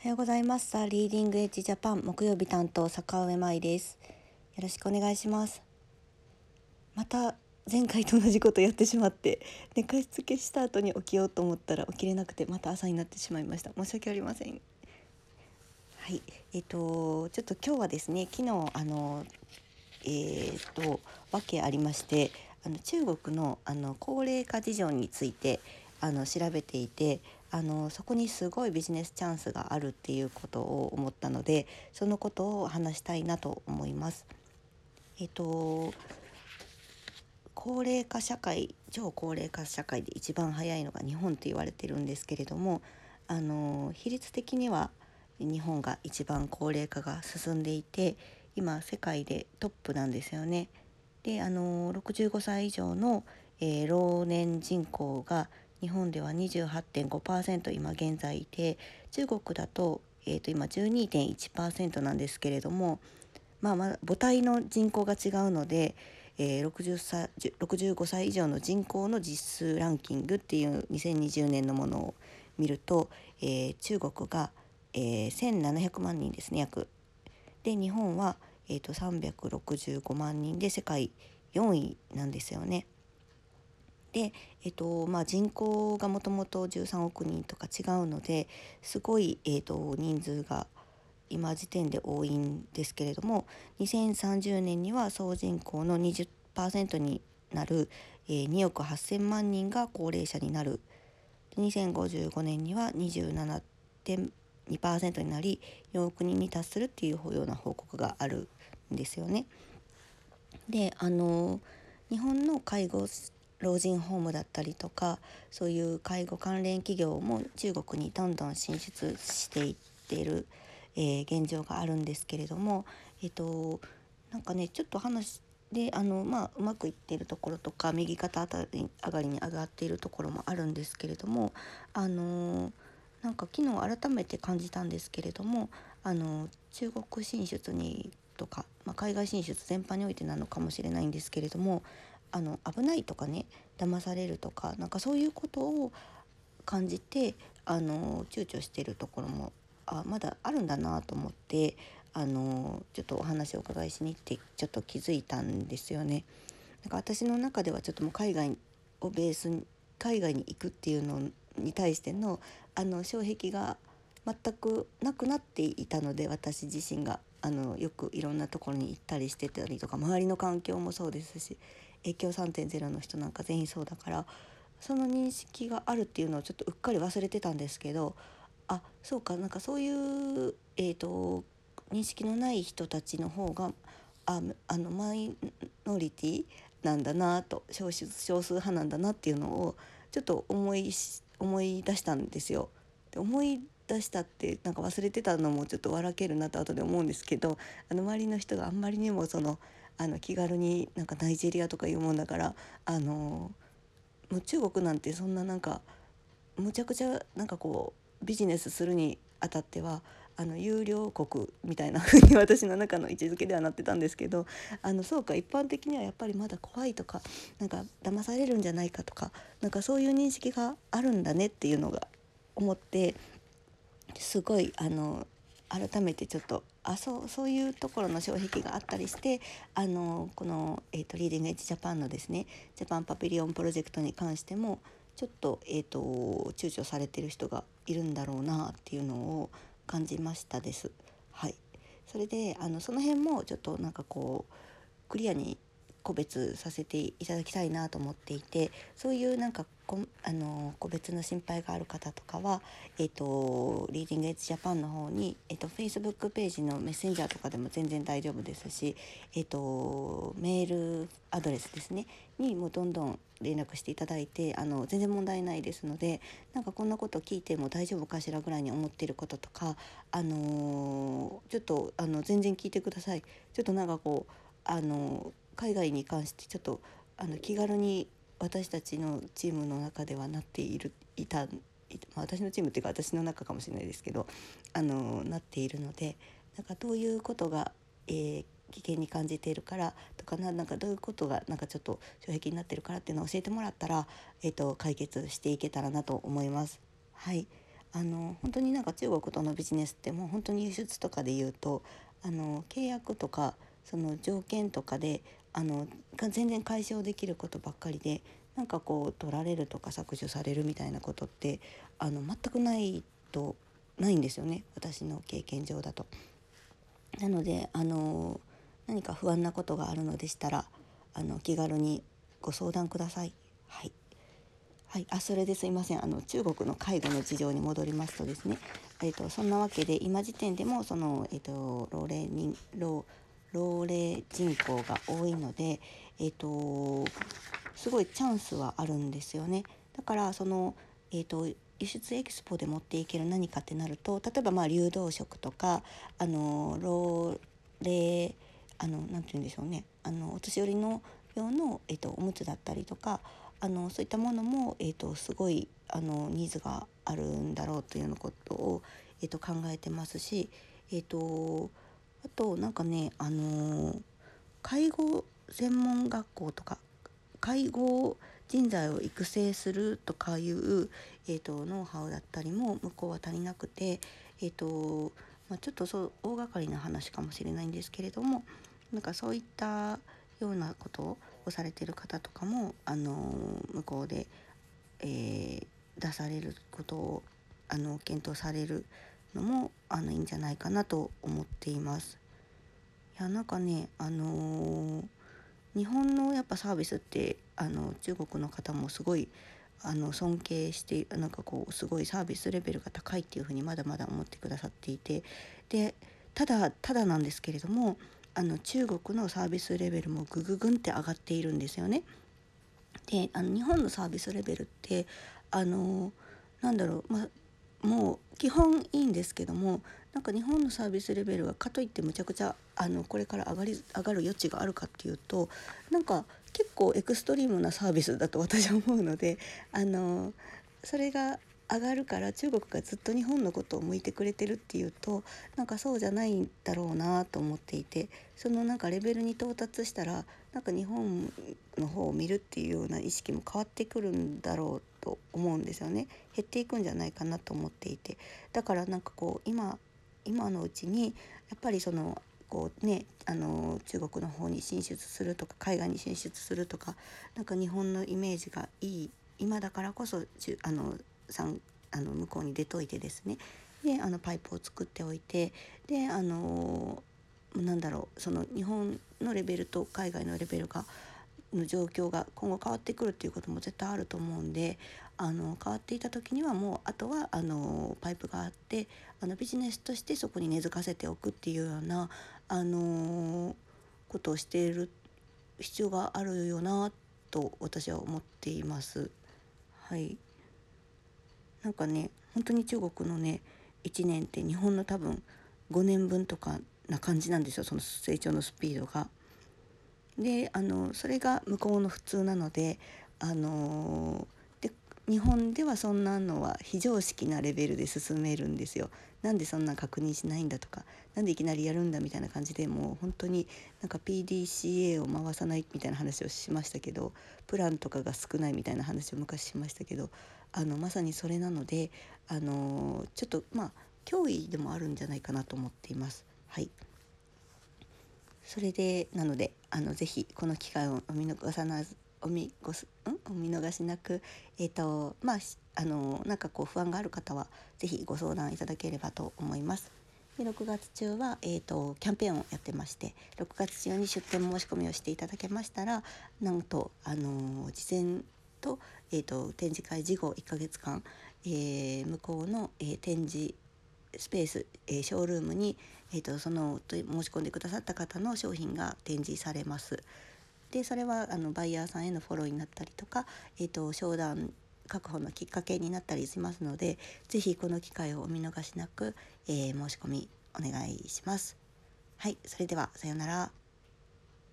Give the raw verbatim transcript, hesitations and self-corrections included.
おはようございます。ザ・リーディングエッジジャパン木曜日担当坂上舞です。よろしくお願いします。また前回と同じことやってしまって、寝かしつけした後に起きようと思ったら起きれなくて、また朝になってしまいました。申し訳ありません。はい、えっとちょっと今日はですね、昨日あのえー、と訳ありまして、あの中国のあの高齢化事情についてあの調べていて、あのそこにすごいビジネスチャンスがあるっていうことを思ったので、そのことを話したいなと思います。えっ、と高齢化社会超高齢化社会で一番早いのが日本と言われてるんですけれども、あの比率的には日本が一番高齢化が進んでいて、今世界でトップなんですよね。であのろくじゅうごさい以上の、えー老年人口が日本では にじゅうはちてんごパーセント 今現在いて、中国だと,、えー、と今 じゅうにてんいちパーセント なんですけれども、まあ、まあ母体の人口が違うので、えー、ろくじゅっさいろくじゅうごさい以上の人口の実数ランキングっていうにせんにじゅうねんのものを見ると、えー、中国が、えー、せんななひゃくまんにんですね、約で、日本は、えー、とさんびゃくろくじゅうごまんにんで世界よんいなんですよね。で、えーとまあ、人口がもともとじゅうさんおくにんとか違うので、すごい、えー、と人数が今時点で多いんですけれども、にせんさんじゅうねんには総人口の にじゅっパーセント になる、えー、におくはっせんまんにんが高齢者になる。にせんごじゅうごねんには にじゅうななてんにパーセント になり、よんおくにんに達するっていうような報告があるんですよね。であの日本の介護老人ホームだったりとか、そういう介護関連企業も中国にどんどん進出していっている、えー現状があるんですけれども、えっとなんかね、ちょっと話であの、まあ、うまくいっているところとか、右肩あたり上がりに上がっているところもあるんですけれども、あのなんか昨日改めて感じたんですけれども、あの中国進出にとか、まあ、海外進出全般においてなのかもしれないんですけれども、あの危ないとかね、騙されるとか、なんかそういうことを感じて、あの躊躇しているところもあまだあるんだなと思って、あのちょっとお話をお伺いしに行ってちょっと気づいたんですよね。なんか私の中ではちょっともう海外をベースに海外に行くっていうのに対してのあの障壁が全くなくなっていたので、私自身があのよくいろんなところに行ったりしてたりとか、周りの環境もそうですし、影響 さんてんゼロ の人なんか全員そうだから、その認識があるっていうのをちょっとうっかり忘れてたんですけど、あ、そうか、なんかそういう、えーと、認識のない人たちの方がああのマイノリティなんだなと、少数少数派なんだなっていうのをちょっと思い思い出したんですよ。で思い出したって、なんか忘れてたのもちょっと笑けるなと後で思うんですけど、あの周りの人があんまりにもそのあの気軽になんかナイジェリアとかいうもんだから、あのもう中国なんてそんななんかむちゃくちゃなんかこうビジネスするにあたってはあの有料国みたいな風に私の中の位置づけではなってたんですけど、あのそうか、一般的にはやっぱりまだ怖いとか、なんか騙されるんじゃないかとか、なんかそういう認識があるんだねっていうのが思って、すごいあの改めてちょっとあそうそういうところの障壁があったりして、あのこの、えーと、リーディングエッジジャパンのですね、ジャパンパビリオンプロジェクトに関してもちょっと,、えーと躊躇されてる人がいるんだろうなっていうのを感じましたです。はい、それであのその辺もちょっとなんかこうクリアに個別させていただきたいなと思っていて、そういうなんかこあの個別の心配がある方とかは、えー、とリーディングエッジジャパンの方に、えー、と Facebook ページのメッセンジャーとかでも全然大丈夫ですし、えー、とメールアドレスですねにもどんどん連絡していただいて、あの全然問題ないですので、なんかこんなこと聞いても大丈夫かしらぐらいに思っていることとか、あのーちょっとあの全然聞いてください。ちょっとなんかこうあの海外に関してちょっとあの気軽に私たちのチームの中ではなっているいた、いまあ、私のチームっていうか私の中かもしれないですけど、あのなっているので、なんかどういうことが、えー危険に感じているからとかな、なんかどういうことがなんかちょっと障壁になっているからっていうのを教えてもらったら、えーと解決していけたらなと思います。はい、 あの本当になんか中国とのビジネスってもう本当に輸出とかで言うとあの契約とかその条件とかであのが全然解消できることばっかりで、なんかこう取られるとか削除されるみたいなことってあの全くないとないんですよね、私の経験上だと。なのであの何か不安なことがあるのでしたらあの気軽にご相談ください。はいはい、あそれですいません、あの中国の介護の事情に戻りますとですね、えー、とそんなわけで今時点でもその、えー、と老齢人老老齢人口が多いので、えー、とすごいチャンスはあるんですよね。だからその、えー、と輸出エキスポで持っていける何かってなると、例えばまあ流動食とかあの老齢あのなんて言うんでしょうね、あのお年寄りの用の、えー、とおむつだったりとか、あのそういったものも、えー、とすごいあのニーズがあるんだろうというようなことを、えー、と考えてますし、えー、とあとなんかね、あの介護専門学校とか介護人材を育成するとかいう、えー、とノウハウだったりも向こうは足りなくて、えーとまあ、ちょっとそう大掛かりな話かもしれないんですけれども、なんかそういったようなことをされている方とかも、あの向こうで、えー出されることをあの検討されるのもあのいいんじゃないかなと思っています。いやなんかね、あのー日本のやっぱサービスってあの中国の方もすごいあの尊敬して、なんかこうすごいサービスレベルが高いっていうふうにまだまだ思ってくださっていて、でただただなんですけれども、あの中国のサービスレベルもぐぐぐんって上がっているんですよね。であの日本のサービスレベルってあのなんだろう、まあ、もう基本いいんですけども、なんか日本のサービスレベルがかといってむちゃくちゃあのこれから上がり上がる余地があるかっていうと、なんか結構エクストリームなサービスだと私は思うので、あのそれが上がるから中国がずっと日本のことを向いてくれてるっていうと、なんかそうじゃないんだろうなと思っていて、そのなんかレベルに到達したらなんか日本の方を見るっていうような意識も変わってくるんだろうと思うんですよね。減っていくんじゃないかなと思っていて、だからなんかこう今今のうちにやっぱりそのこうね、あの中国の方に進出するとか海外に進出するとか、なんか日本のイメージがいい今だからこそあのさんあの向こうに出といてですね、であのパイプを作っておいて、であのなんだろう、その日本のレベルと海外のレベルがの状況が今後変わってくるっていうことも絶対あると思うんで、あの変わっていた時にはもうあとはあのパイプがあって、あのビジネスとしてそこに根付かせておくっていうようなあのことをしている必要があるよなと私は思っています。はい、なんかね本当に中国のねいちねんって日本の多分ごねんぶんとかな感じなんですよ、その成長のスピードが。であのそれが向こうの普通なので、あので日本ではそんなのは非常識なレベルで進めるんですよ。なんでそんな確認しないんだとか、なんでいきなりやるんだみたいな感じで、もう本当になんか ピーディーシーエー を回さないみたいな話をしましたけど、プランとかが少ないみたいな話を昔しましたけど、あのまさにそれなので、あのちょっとまあ脅威でもあるんじゃないかなと思っています。はい、それでなのであのぜひこの機会をお見逃さなお見ごすんお見逃しなく、えっ、とまああのなんかこう不安がある方はぜひご相談いただければと思います。でろくがつ中は、えー、とキャンペーンをやってまして、ろくがつ中に出店申し込みをしていただけましたら、なんと、あの事前と,、えー、と展示会事後いっかげつかん、えー向こうの、えー展示スペース、えーショールームに、えー、とその申し込んでくださった方の商品が展示されます。でそれはあのバイヤーさんへのフォローになったりとか、えー、と商談確保のきっかけになったりしますので、ぜひこの機会をお見逃しなく、えー申し込みお願いします。はい、それではさようなら。